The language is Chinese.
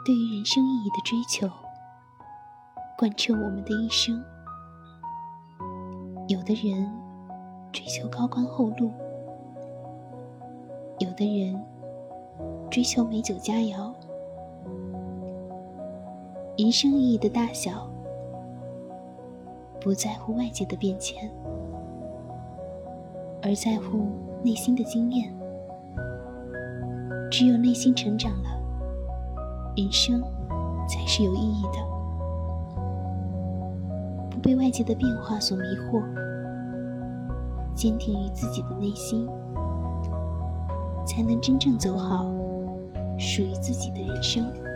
对于人生意义的追求贯彻我们的一生。有的人追求高官厚禄，有的人追求美酒佳肴。人生意义的大小不在乎外界的变迁，而在乎内心的经验。只有内心成长了，人生才是有意义的。不被外界的变化所迷惑，坚定于自己的内心，才能真正走好属于自己的人生。